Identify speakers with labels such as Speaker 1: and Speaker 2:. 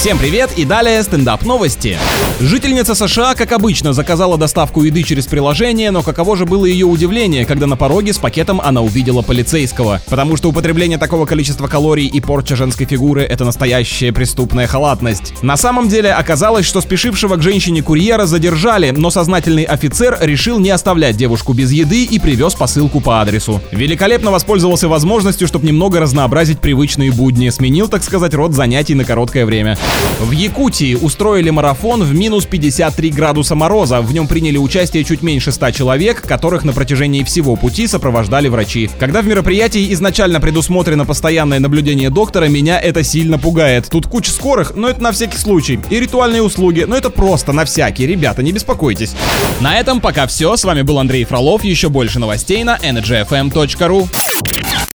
Speaker 1: Всем привет и далее стендап-новости. Жительница США, как обычно, заказала доставку еды через приложение, но каково же было ее удивление, когда на пороге с пакетом она увидела полицейского. Потому что употребление такого количества калорий и порча женской фигуры — это настоящая преступная халатность. На самом деле оказалось, что спешившего к женщине курьера задержали, но сознательный офицер решил не оставлять девушку без еды и привез посылку по адресу. Великолепно воспользовался возможностью, чтобы немного разнообразить привычные будни, сменил, так сказать, род занятий на короткое время. В Якутии устроили марафон в минус 53 градуса мороза. В нем приняли участие чуть меньше 100 человек, которых на протяжении всего пути сопровождали врачи. Когда в мероприятии изначально предусмотрено постоянное наблюдение доктора, меня это сильно пугает. Тут куча скорых, но это на всякий случай. И ритуальные услуги, но это просто на всякий. Ребята, не беспокойтесь. На этом пока все. С вами был Андрей Фролов. Еще больше новостей на energyfm.ru.